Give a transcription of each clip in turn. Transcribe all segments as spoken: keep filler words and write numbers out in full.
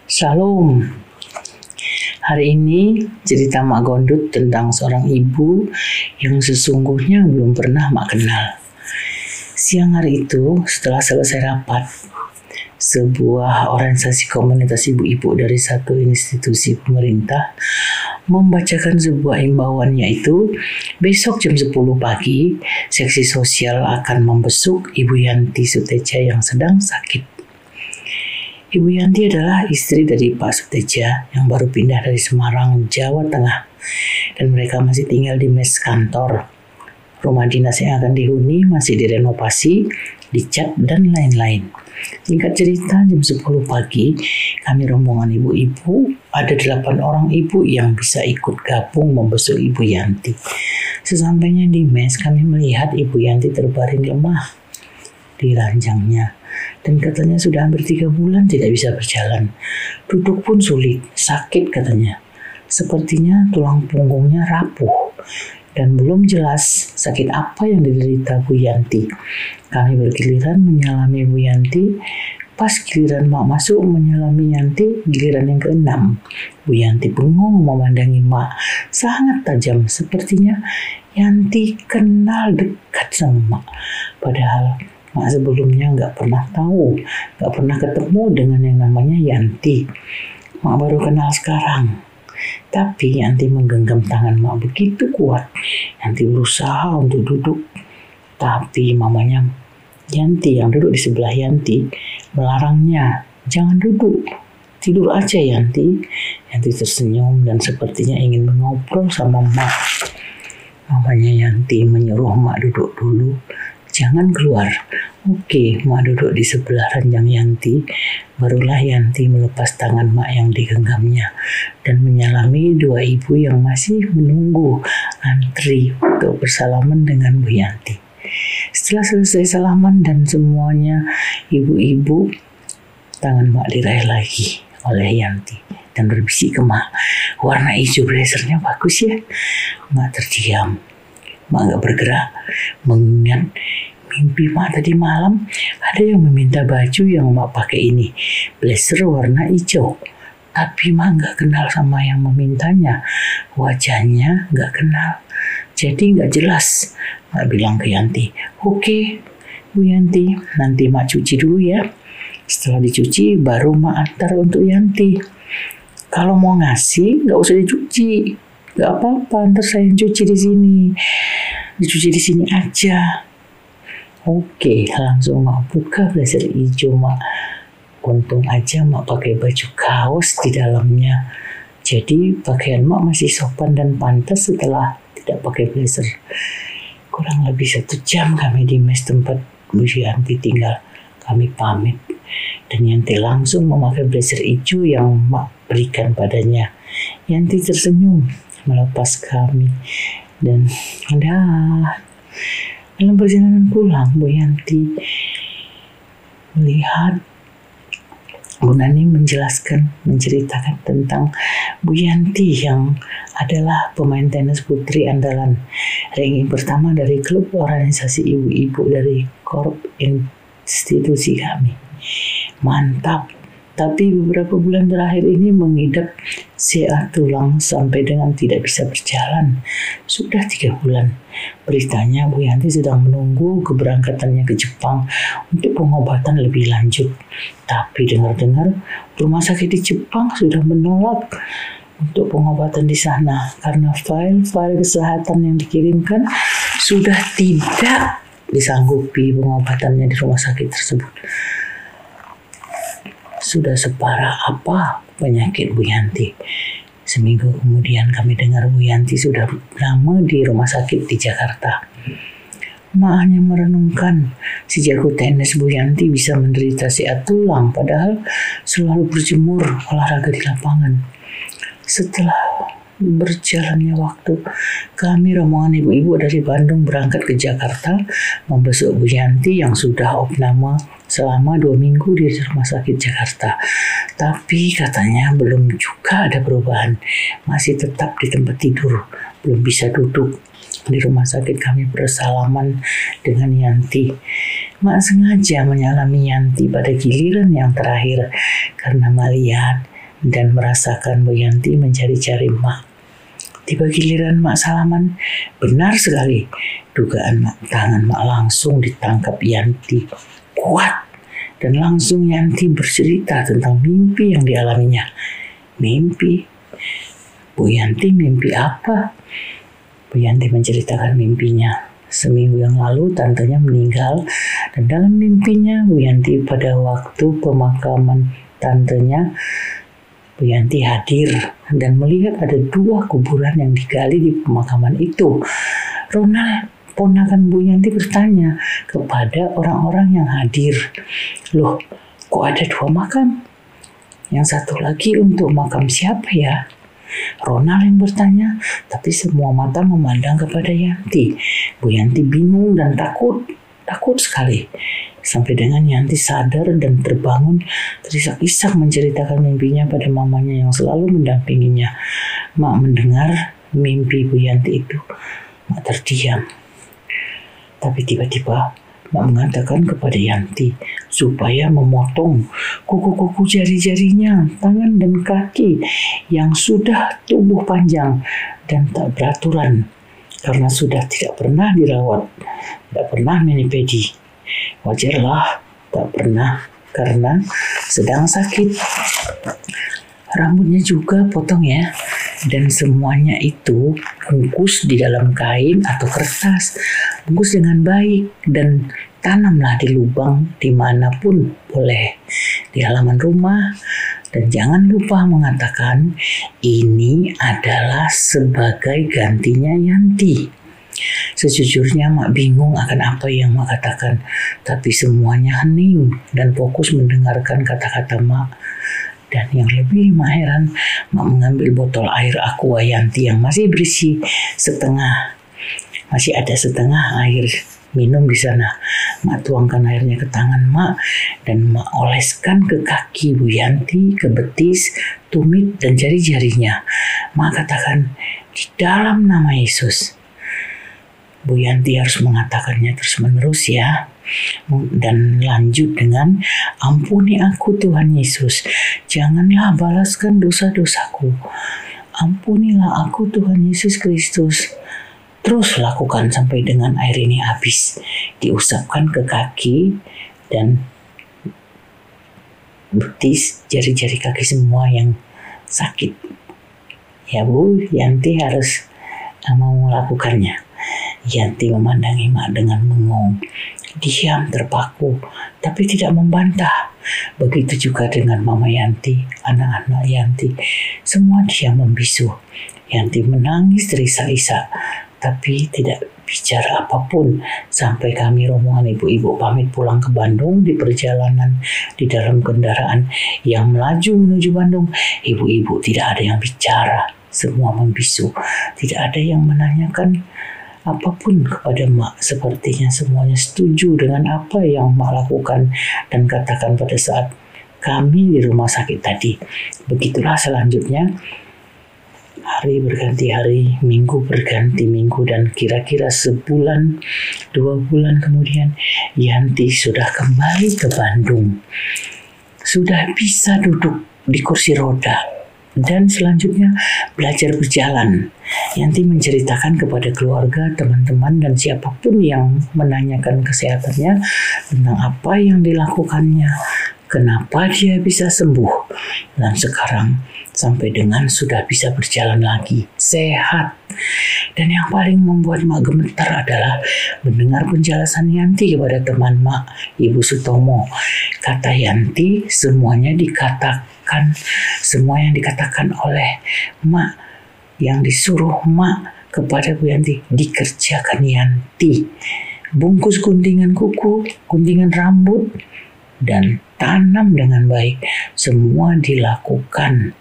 Shalom. Hari ini cerita Mak Gondut tentang seorang ibu yang sesungguhnya belum pernah Mak kenal. Siang hari itu, setelah selesai rapat, sebuah organisasi komunitas ibu-ibu dari satu institusi pemerintah membacakan sebuah imbauan, yaitu besok jam sepuluh pagi seksi sosial akan membesuk Ibu Yanti Suteja yang sedang sakit. Ibu Yanti adalah istri dari Pak Suteja yang baru pindah dari Semarang, Jawa Tengah, dan mereka masih tinggal di mes kantor. Rumah dinas yang akan dihuni masih direnovasi, dicat, dan lain-lain. Singkat cerita, jam sepuluh pagi, kami rombongan ibu-ibu, ada delapan orang ibu yang bisa ikut gabung membesuk Ibu Yanti. Sesampainya di mes, kami melihat Ibu Yanti terbaring lemah di ranjangnya. Dan katanya sudah hampir tiga bulan tidak bisa berjalan. Duduk pun sulit, sakit katanya. Sepertinya tulang punggungnya rapuh. Dan belum jelas sakit apa yang diderita Bu Yanti. Kami bergiliran menyalami Bu Yanti. Pas giliran Mak masuk menyalami Yanti, giliran yang keenam. Bu Yanti bengong memandangi Mak. Sangat tajam, sepertinya Yanti kenal dekat sama Mak. Padahal Mak sebelumnya nggak pernah tahu, nggak pernah ketemu dengan yang namanya Yanti. Mak baru kenal sekarang. Tapi Yanti menggenggam tangan Mak begitu kuat. Yanti berusaha untuk duduk. Tapi mamanya Yanti yang duduk di sebelah Yanti melarangnya, jangan duduk, tidur aja Yanti. Yanti tersenyum dan sepertinya ingin mengobrol sama Mak. Mamanya Yanti menyuruh Mak duduk dulu. Jangan keluar. Oke, Mak duduk di sebelah ranjang Yanti. Barulah Yanti melepas tangan Mak yang digenggamnya dan menyalami dua ibu yang masih menunggu antri untuk bersalaman dengan Bu Yanti. Setelah selesai salaman dan semuanya ibu-ibu, tangan Mak diraih lagi oleh Yanti dan berbisik ke Mak, warna hijau blazernya bagus ya. Mak terdiam. Mak gak bergerak, mengingat mimpi Mak tadi malam ada yang meminta baju yang Mak pakai ini, blazer warna hijau. Tapi Mak gak kenal sama yang memintanya, wajahnya gak kenal, jadi gak jelas. Mak bilang ke Yanti, oke Bu Yanti, nanti Mak cuci dulu ya. Setelah dicuci baru Mak antar untuk Yanti. Kalau mau ngasih gak usah dicuci, gak apa-apa, ntar saya yang cuci di sini. Dicuci di sini aja. Oke, langsung Mak buka blazer hijau Mak. Untung aja Mak pakai baju kaos di dalamnya. Jadi pakaian Mak masih sopan dan pantas setelah tidak pakai blazer. Kurang lebih satu jam kami di mes tempat Bu Yanti tinggal. Kami pamit. Dan Yanti langsung memakai blazer hijau yang Mak berikan padanya. Yanti tersenyum melepas kami. Dan dah dalam perjalanan pulang, Bu Yanti melihat Bu Nani menjelaskan, menceritakan tentang Bu Yanti yang adalah pemain tenis putri andalan ranking pertama dari klub organisasi ibu-ibu dari Korp institusi kami. Mantap. Tapi beberapa bulan terakhir ini mengidap C A tulang sampai dengan tidak bisa berjalan. Sudah tiga bulan. Beritanya Bu Yanti sedang menunggu keberangkatannya ke Jepang untuk pengobatan lebih lanjut. Tapi dengar-dengar rumah sakit di Jepang sudah menolak untuk pengobatan di sana karena file-file kesehatan yang dikirimkan sudah tidak disanggupi pengobatannya di rumah sakit tersebut. Sudah separah apa penyakit Bu Yanti? Seminggu kemudian kami dengar Bu Yanti sudah lama di rumah sakit di Jakarta. Mak hanya merenungkan si jago tenis Bu Yanti bisa menderita C A tulang padahal selalu berjemur olahraga di lapangan. Setelah berjalannya waktu, kami rombongan ibu-ibu dari Bandung berangkat ke Jakarta membesuk Bu Yanti yang sudah opname selama dua minggu di rumah sakit Jakarta. Tapi katanya belum juga ada perubahan, masih tetap di tempat tidur, belum bisa duduk. Di rumah sakit kami bersalaman dengan Yanti. Mak sengaja menyalami Yanti pada giliran yang terakhir karena melihat dan merasakan Bu Yanti mencari-cari Mak. Tiba giliran Mak salaman, benar sekali dugaan Mak, tangan Mak langsung ditangkap Yanti kuat dan langsung Yanti bercerita tentang mimpi yang dialaminya. Mimpi? Bu Yanti mimpi apa? Bu Yanti menceritakan mimpinya. Seminggu yang lalu tantenya meninggal dan dalam mimpinya Bu Yanti pada waktu pemakaman tantenya, Bu Yanti hadir dan melihat ada dua kuburan yang digali di pemakaman itu. Ronald, ponakan Bu Yanti, bertanya kepada orang-orang yang hadir, "Loh, kok ada dua makam? Yang satu lagi untuk makam siapa ya?" Ronald yang bertanya, tapi semua mata memandang kepada Yanti. Bu Yanti bingung dan takut, takut sekali. Sampai dengan Yanti sadar dan terbangun, terisak-isak menceritakan mimpinya pada mamanya yang selalu mendampinginya. Mak mendengar mimpi Bu Yanti itu. Mak terdiam. Tapi tiba-tiba Mak mengatakan kepada Yanti supaya memotong kuku-kuku jari-jarinya, tangan dan kaki yang sudah tumbuh panjang dan tak beraturan karena sudah tidak pernah dirawat, tidak pernah mani-pedi. Wajarlah tak pernah karena sedang sakit. Rambutnya juga potong ya, dan semuanya itu bungkus di dalam kain atau kertas, bungkus dengan baik dan tanamlah di lubang dimanapun boleh, di halaman rumah. Dan jangan lupa mengatakan ini adalah sebagai gantinya Yanti. Sejujurnya Mak bingung akan apa yang Mak katakan, tapi semuanya hening dan fokus mendengarkan kata-kata Mak. Dan yang lebih Mak heran, Mak mengambil botol air aqua Yanti yang masih berisi setengah. Masih ada setengah air minum di sana. Mak tuangkan airnya ke tangan Mak dan Mak oleskan ke kaki Bu Yanti, ke betis, tumit dan jari-jarinya. Mak katakan, "Di dalam nama Yesus." Bu Yanti harus mengatakannya terus-menerus ya. Dan lanjut dengan, "Ampuni aku Tuhan Yesus, janganlah balaskan dosa-dosaku. Ampunilah aku Tuhan Yesus Kristus." Terus lakukan sampai dengan air ini habis. Diusapkan ke kaki dan betis, jari-jari kaki semua yang sakit. Ya Bu, Yanti harus mau melakukannya. Yanti memandangi Mak dengan bengong. Diam terpaku, tapi tidak membantah. Begitu juga dengan Mama Yanti, anak-anak Yanti. Semua diam membisu. Yanti menangis terisak-isak, tapi tidak bicara apapun sampai kami rombongan ibu-ibu pamit pulang ke Bandung. Di perjalanan di dalam kendaraan yang melaju menuju Bandung, ibu-ibu tidak ada yang bicara, semua membisu. Tidak ada yang menanyakan apapun kepada Mak. Sepertinya semuanya setuju dengan apa yang Mak lakukan dan katakan pada saat kami di rumah sakit tadi. Begitulah selanjutnya. Hari berganti hari, minggu berganti minggu, dan kira-kira sebulan, dua bulan kemudian, Yanti sudah kembali ke Bandung. Sudah bisa duduk di kursi roda. Dan selanjutnya belajar berjalan. Yanti menceritakan kepada keluarga, teman-teman, dan siapapun yang menanyakan kesehatannya tentang apa yang dilakukannya, kenapa dia bisa sembuh, dan sekarang sampai dengan sudah bisa berjalan lagi, sehat. Dan yang paling membuat Mak gemetar adalah mendengar penjelasan Yanti kepada teman Mak, Ibu Sutomo. Kata Yanti, semuanya dikatakan, semua yang dikatakan oleh Mak, yang disuruh Mak kepada Bu Yanti, dikerjakan Yanti. Bungkus guntingan kuku, guntingan rambut, dan tanam dengan baik, semua dilakukan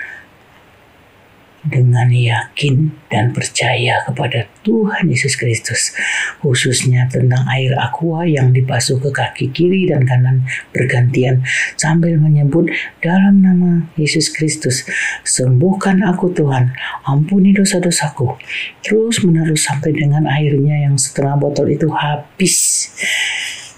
dengan yakin dan percaya kepada Tuhan Yesus Kristus, khususnya tentang air aqua yang dibasuh ke kaki kiri dan kanan bergantian sambil menyebut, "Dalam nama Yesus Kristus, sembuhkan aku Tuhan, ampuni dosa-dosaku." Terus menerus sampai dengan airnya yang setengah botol itu habis.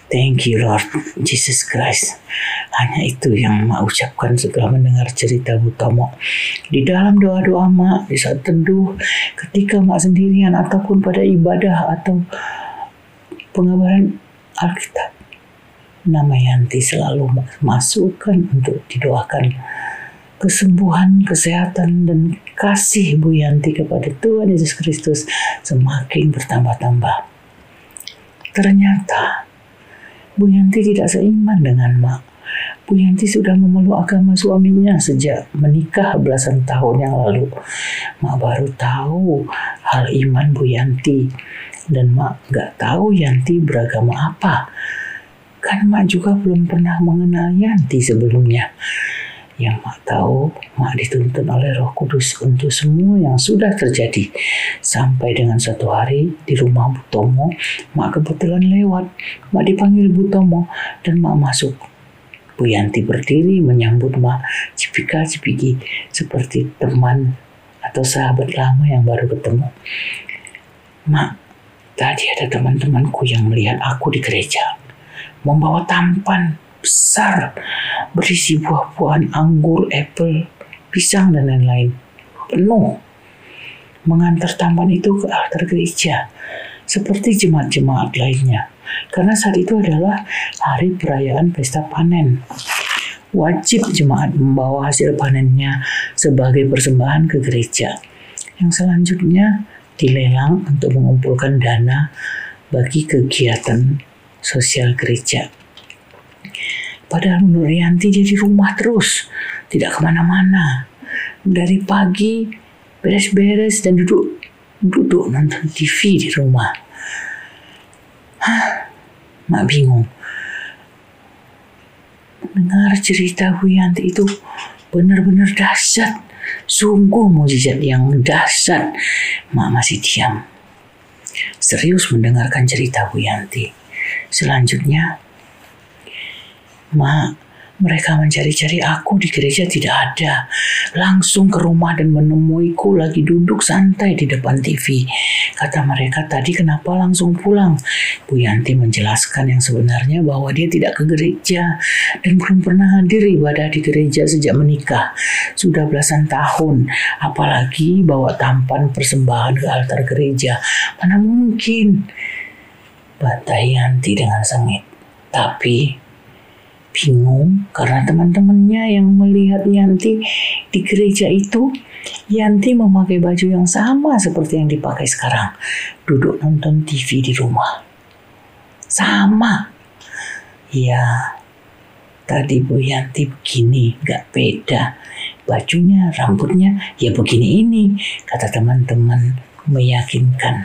Thank you Lord Jesus Christ. Hanya itu yang Mak ucapkan setelah mendengar cerita Bu Tomo. Di dalam doa-doa Mak, di saat teduh, ketika Mak sendirian ataupun pada ibadah atau pengabaran Alkitab, nama Yanti selalu Mak masukkan untuk didoakan kesembuhan, kesehatan, dan kasih Bu Yanti kepada Tuhan Yesus Kristus semakin bertambah-tambah. Ternyata Bu Yanti tidak seiman dengan Mak. Bu Yanti sudah memeluk agama suaminya sejak menikah belasan tahun yang lalu. Mak baru tahu hal iman Bu Yanti, dan Mak gak tahu Yanti beragama apa. Kan Mak juga belum pernah mengenal Yanti sebelumnya. Yang Mak tahu, Mak dituntun oleh Roh Kudus untuk semua yang sudah terjadi. Sampai dengan suatu hari di rumah Bu Tomo, Mak kebetulan lewat. Mak dipanggil Bu Tomo dan Mak masuk. Bu Yanti berdiri menyambut Mak, cipika-cipiki seperti teman atau sahabat lama yang baru ketemu. Mak, tadi ada teman-temanku yang melihat aku di gereja, membawa tampan besar berisi buah-buahan anggur, apel, pisang, dan lain-lain. Penuh. Mengantar tampan itu ke altar gereja seperti jemaat-jemaat lainnya. Karena saat itu adalah hari perayaan pesta panen. Wajib jemaat membawa hasil panennya sebagai persembahan ke gereja. Yang selanjutnya dilelang untuk mengumpulkan dana bagi kegiatan sosial gereja. Padahal menurut Yanti dia di rumah terus, tidak kemana-mana. Dari pagi beres-beres dan duduk duduk nonton T V di rumah. Hah, Mak bingung. Dengar cerita Bu Yanti itu benar-benar dahsyat, sungguh mukjizat yang dahsyat. Mak masih diam, serius mendengarkan cerita Bu Yanti. Selanjutnya, Mak, mereka mencari-cari aku di gereja tidak ada. Langsung ke rumah dan menemuiku lagi duduk santai di depan T V. Kata mereka, tadi kenapa langsung pulang? Bu Yanti menjelaskan yang sebenarnya bahwa dia tidak ke gereja dan belum pernah hadir ibadah di gereja sejak menikah. Sudah belasan tahun, apalagi bawa tampan persembahan ke altar gereja. Mana mungkin? Bantai Yanti dengan sengit. Tapi bingung karena teman-temannya yang melihat Yanti di gereja itu, Yanti memakai baju yang sama seperti yang dipakai sekarang. Duduk nonton T V di rumah. Sama. Ya, tadi Bu Yanti begini, gak beda. Bajunya, rambutnya, ya begini ini, kata teman-teman meyakinkan.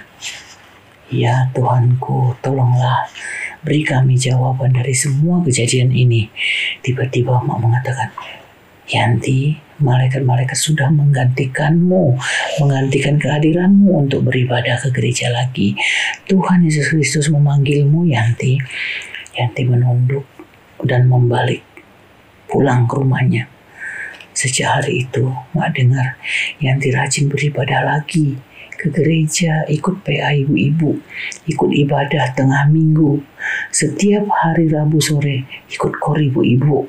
Ya Tuhanku, tolonglah beri kami jawaban dari semua kejadian ini. Tiba-tiba Mak mengatakan, Yanti, malaikat-malaikat sudah menggantikanmu, menggantikan kehadiranmu untuk beribadah ke gereja lagi. Tuhan Yesus Kristus memanggilmu, Yanti. Yanti menunduk dan membalik pulang ke rumahnya. Sejak hari itu, Mak dengar Yanti rajin beribadah lagi ke gereja, ikut P A ibu-ibu, ikut ibadah tengah minggu. Setiap hari Rabu sore ikut kor ibu-ibu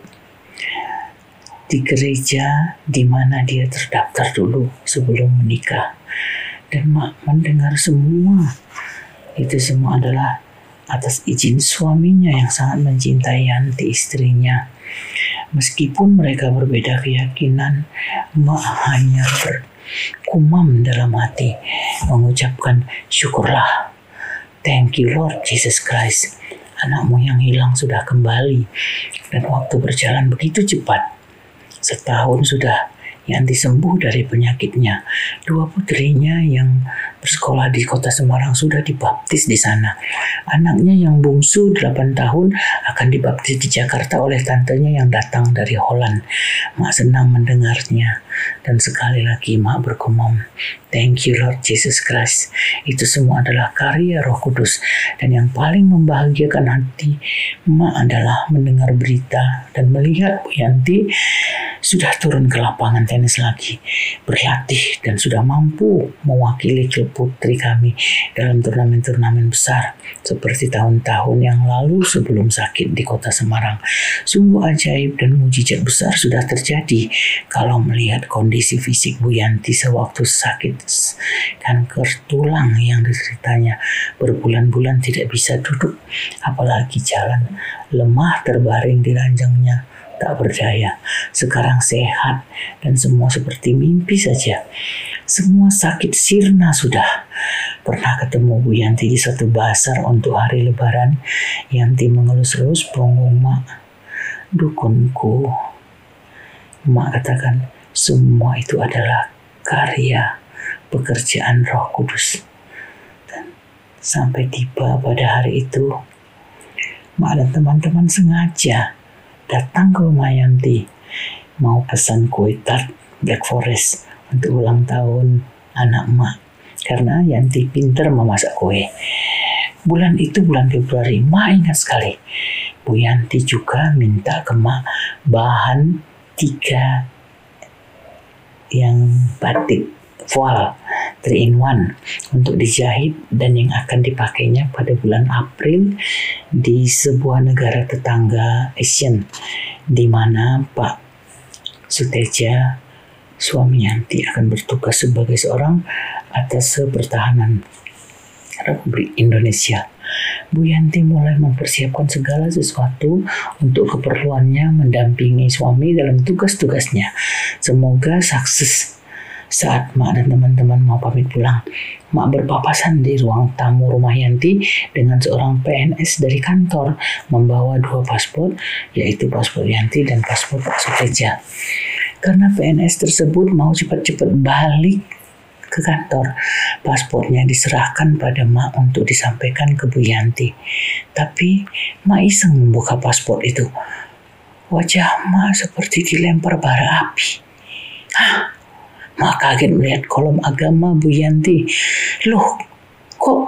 di gereja di mana dia terdaftar dulu sebelum menikah. Dan Mak mendengar semua itu semua adalah atas izin suaminya yang sangat mencintai Yanti, istrinya. Meskipun mereka berbeda keyakinan, Mak hanya berkumam dalam hati, mengucapkan syukurlah. Thank you Lord Jesus Christ. Anakmu yang hilang sudah kembali. Dan waktu berjalan begitu cepat. Setahun sudah Yanti sembuh dari penyakitnya. Dua putrinya yang bersekolah di kota Semarang sudah dibaptis di sana. Anaknya yang bungsu delapan tahun akan dibaptis di Jakarta oleh tantenya yang datang dari Holland. Mak senang mendengarnya. Dan sekali lagi Mak bergumam, thank you Lord Jesus Christ. Itu semua adalah karya Roh Kudus. Dan yang paling membahagiakan hati Mak adalah mendengar berita dan melihat Bu Yanti sudah turun ke lapangan tenis lagi, berlatih dan sudah mampu mewakili klub putri kami dalam turnamen-turnamen besar seperti tahun-tahun yang lalu sebelum sakit di kota Semarang. Sungguh ajaib dan mujizat besar sudah terjadi kalau melihat kondisi fisik Bu Yanti sewaktu sakit kanker tulang yang dideritanya. Berbulan-bulan tidak bisa duduk, apalagi jalan. Lemah terbaring di ranjangnya, tak berdaya. Sekarang sehat dan semua seperti mimpi saja. Semua sakit sirna sudah. Pernah ketemu Bu Yanti di suatu basar untuk hari lebaran. Yanti mengelus-elus punggung mak. Dukunku. Mak katakan, semua itu adalah karya pekerjaan Roh Kudus. Dan sampai tiba pada hari itu, mak dan teman-teman sengaja datang ke rumah Yanti mau pesan kue tart Black Forest untuk ulang tahun anak mak, karena Yanti pintar memasak kue. Bulan itu bulan Februari, mak ingat sekali. Bu Yanti juga minta ke mak bahan tiga yang batik voile three in one untuk dijahit dan yang akan dipakainya pada bulan April di sebuah negara tetangga Asian, di mana Pak Suteja suami Yanti akan bertugas sebagai seorang atas pertahanan Republik Indonesia. Bu Yanti mulai mempersiapkan segala sesuatu untuk keperluannya mendampingi suami dalam tugas-tugasnya. Semoga sukses. Saat mak dan teman-teman mau pamit pulang, mak berpapasan di ruang tamu rumah Yanti dengan seorang P N S dari kantor membawa dua paspor, yaitu paspor Yanti dan paspor Pak Suteja. Karena P N S tersebut mau cepat-cepat balik ke kantor, paspornya diserahkan pada mak untuk disampaikan ke Bu Yanti. Tapi mak iseng membuka paspor itu. Wajah mak seperti dilempar bara api. Hah? Mak kaget melihat kolom agama Bu Yanti. Loh, kok?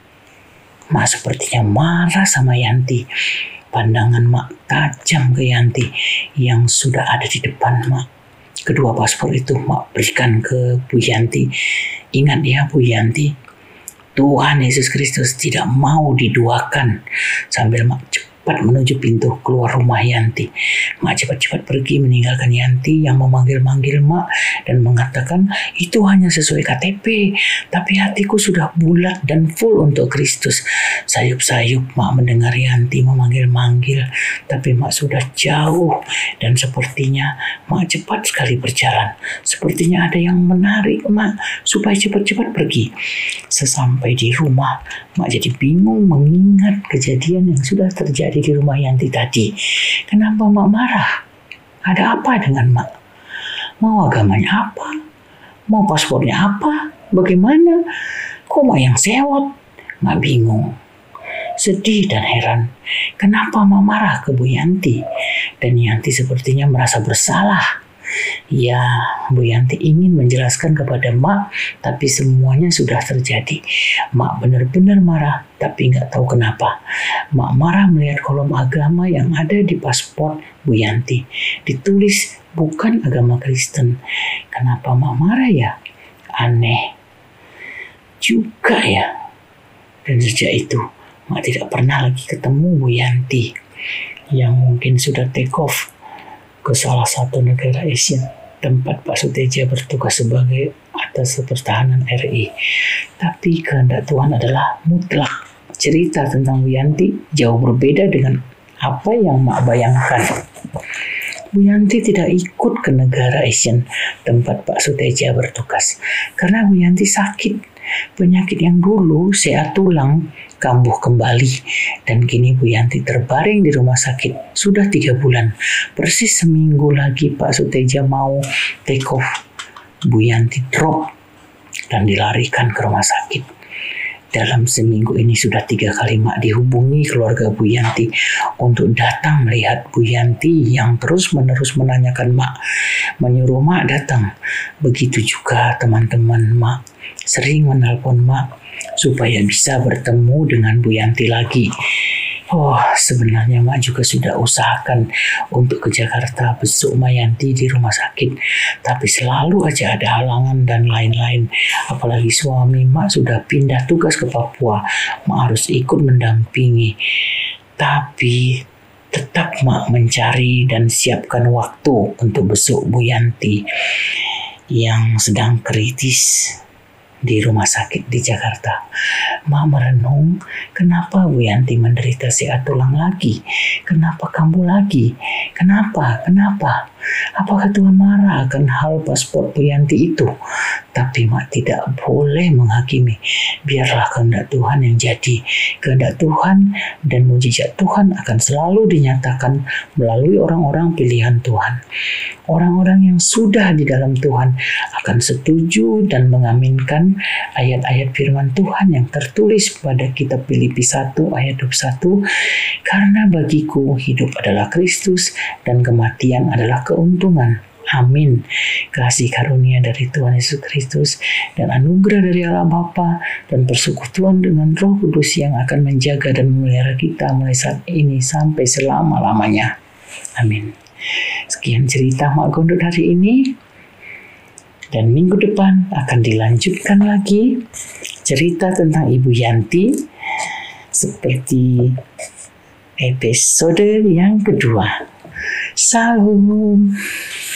Mak sepertinya marah sama Yanti. Pandangan mak tajam ke Yanti yang sudah ada di depan mak. Kedua paspor itu mak berikan ke Bu Yanti. Ingat ya Bu Yanti, Tuhan Yesus Kristus tidak mau diduakan. Sambil mak cepat menuju pintu keluar rumah Yanti. Mak cepat-cepat pergi meninggalkan Yanti yang memanggil-manggil mak dan mengatakan itu hanya sesuai K T P, tapi hatiku sudah bulat dan full untuk Kristus. Sayup-sayup mak mendengar Yanti memanggil-manggil, tapi mak sudah jauh dan sepertinya mak cepat sekali berjalan. Sepertinya ada yang menarik mak supaya cepat-cepat pergi. Sesampai di rumah, mak jadi bingung mengingat kejadian yang sudah terjadi di rumah Yanti tadi. Kenapa mak marah? Ada apa dengan mak? Mau agamanya apa? Mau paspornya apa? Bagaimana? Kok mak yang sewot? Mak bingung, sedih dan heran. Kenapa mak marah ke Bu Yanti? Dan Yanti sepertinya merasa bersalah. Ya, Bu Yanti ingin menjelaskan kepada mak, tapi semuanya sudah terjadi. Mak benar-benar marah, tapi nggak tahu kenapa. Mak marah melihat kolom agama yang ada di paspor Bu Yanti. Ditulis bukan agama Kristen. Kenapa mak marah ya? Aneh juga ya. Dan sejak itu, mak tidak pernah lagi ketemu Bu Yanti yang mungkin sudah take off ke salah satu negara Asia tempat Pak Suteja bertugas sebagai atas pertahanan R I. Tapi kehendak Tuhan adalah mutlak. Cerita tentang Bu Yanti jauh berbeda dengan apa yang mak bayangkan. Bu Yanti tidak ikut ke negara Asian tempat Pak Suteja bertugas karena Bu Yanti sakit. Penyakit yang dulu sehat tulang kambuh kembali dan kini Bu Yanti terbaring di rumah sakit sudah tiga bulan. Persis seminggu lagi Pak Suteja mau take off, Bu Yanti drop dan dilarikan ke rumah sakit. Dalam seminggu ini sudah tiga kali mak dihubungi keluarga Bu Yanti untuk datang melihat Bu Yanti yang terus-menerus menanyakan mak, menyuruh mak datang. Begitu juga teman-teman mak sering menelpon mak supaya bisa bertemu dengan Bu Yanti lagi. Oh, sebenarnya Mak juga sudah usahakan untuk ke Jakarta besok Mayanti di rumah sakit. Tapi selalu aja ada halangan dan lain-lain. Apalagi suami Mak sudah pindah tugas ke Papua. Mak harus ikut mendampingi. Tapi tetap Mak mencari dan siapkan waktu untuk besok Bu Yanti yang sedang kritis di rumah sakit di Jakarta. Mak merenung, kenapa Bu Yanti menderita siat tulang lagi? Kenapa kambuh lagi? Kenapa? Kenapa? Apakah Tuhan marah akan hal paspor Bu Yanti itu? Tapi Mak tidak boleh menghakimi. Biarlah kehendak Tuhan yang jadi. Kehendak Tuhan dan mujizat Tuhan akan selalu dinyatakan melalui orang-orang pilihan Tuhan. Orang-orang yang sudah di dalam Tuhan akan setuju dan mengaminkan ayat-ayat firman Tuhan yang tertulis pada kitab Filipi satu ayat dua puluh satu. Karena bagiku hidup adalah Kristus dan kematian adalah keuntungan. Amin. Kasih karunia dari Tuhan Yesus Kristus dan anugerah dari Allah Bapa dan persekutuan dengan Roh Kudus yang akan menjaga dan memelihara kita mulai saat ini sampai selama-lamanya. Amin. Sekian cerita Mak Gondot hari ini. Dan minggu depan akan dilanjutkan lagi cerita tentang Ibu Yanti seperti episode yang kedua. Salam.